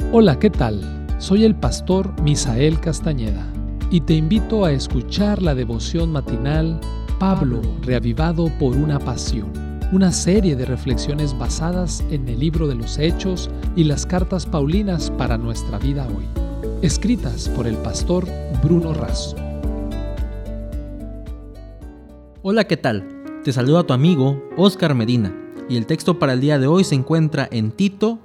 Hola, ¿qué tal? Soy el pastor Misael Castañeda y te invito a escuchar la devoción matinal Pablo, reavivado por una pasión, una serie de reflexiones basadas en el libro de los Hechos y las cartas paulinas para nuestra vida hoy, escritas por el pastor Bruno Razo. Hola, ¿qué tal? Te saluda tu amigo Oscar Medina y el texto para el día de hoy se encuentra en Tito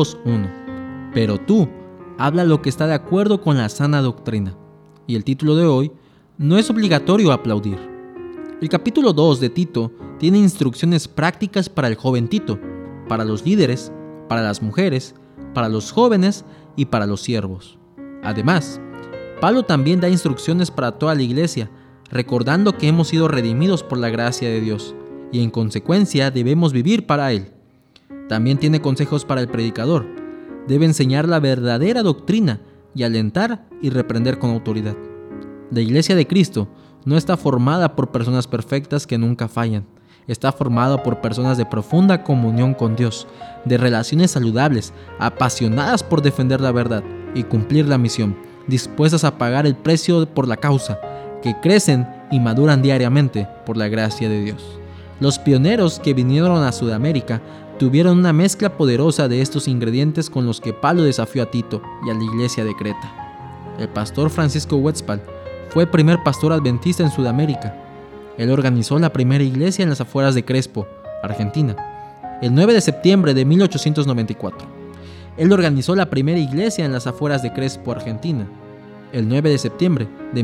2:1. Pero tú, habla lo que está de acuerdo con la sana doctrina. Y el título de hoy, no es obligatorio aplaudir. El capítulo 2 de Tito tiene instrucciones prácticas para el joven Tito, para los líderes, para las mujeres, para los jóvenes y para los siervos. Además, Pablo también da instrucciones para toda la iglesia, recordando que hemos sido redimidos por la gracia de Dios y en consecuencia debemos vivir para Él. También tiene consejos para el predicador. Debe enseñar la verdadera doctrina y alentar y reprender con autoridad. La Iglesia de Cristo no está formada por personas perfectas que nunca fallan. Está formada por personas de profunda comunión con Dios, de relaciones saludables, apasionadas por defender la verdad y cumplir la misión, dispuestas a pagar el precio por la causa, que crecen y maduran diariamente por la gracia de Dios. Los pioneros que vinieron a Sudamérica tuvieron una mezcla poderosa de estos ingredientes con los que Pablo desafió a Tito y a la iglesia de Creta. El pastor Francisco Westphal fue el primer pastor adventista en Sudamérica. Él organizó la primera iglesia en las afueras de Crespo, Argentina, el 9 de septiembre de 1894. Él organizó la primera iglesia en las afueras de Crespo, Argentina, el 9 de septiembre de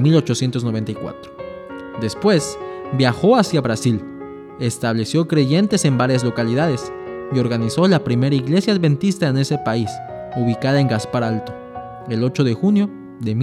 1894. Después, viajó hacia Brasil, estableció creyentes en varias localidades y organizó la primera iglesia adventista en ese país, ubicada en Gaspar Alto, el 8 de junio de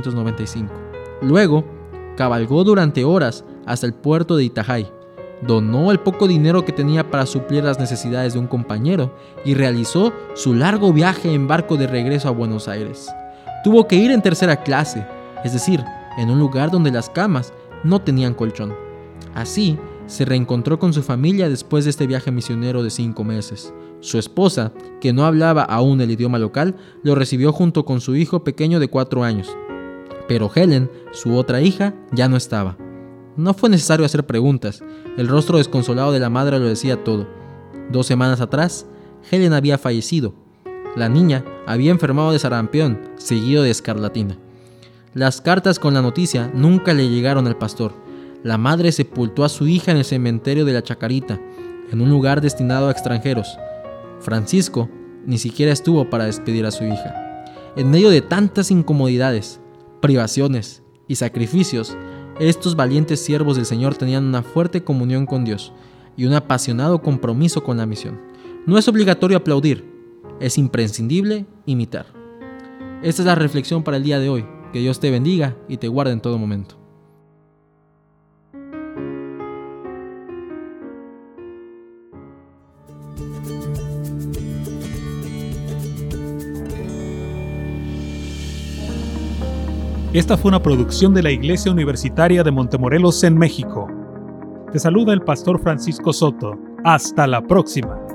1895. Luego, cabalgó durante horas hasta el puerto de Itajai, donó el poco dinero que tenía para suplir las necesidades de un compañero y realizó su largo viaje en barco de regreso a Buenos Aires. Tuvo que ir en tercera clase, es decir, en un lugar donde las camas no tenían colchón. Así, se reencontró con su familia después de este viaje misionero de 5 meses. Su esposa, que no hablaba aún el idioma local, lo recibió junto con su hijo pequeño de 4 años. Pero Helen, su otra hija, ya no estaba. No fue necesario hacer preguntas. El rostro desconsolado de la madre lo decía todo. 2 semanas atrás, Helen había fallecido. La niña había enfermado de sarampión, seguido de escarlatina. Las cartas con la noticia nunca le llegaron al pastor. La madre sepultó a su hija en el cementerio de la Chacarita, en un lugar destinado a extranjeros. Francisco ni siquiera estuvo para despedir a su hija. En medio de tantas incomodidades, privaciones y sacrificios, estos valientes siervos del Señor tenían una fuerte comunión con Dios y un apasionado compromiso con la misión. No es obligatorio aplaudir, es imprescindible imitar. Esta es la reflexión para el día de hoy. Que Dios te bendiga y te guarde en todo momento. Esta fue una producción de la Iglesia Universitaria de Montemorelos en México. Te saluda el pastor Francisco Soto. Hasta la próxima.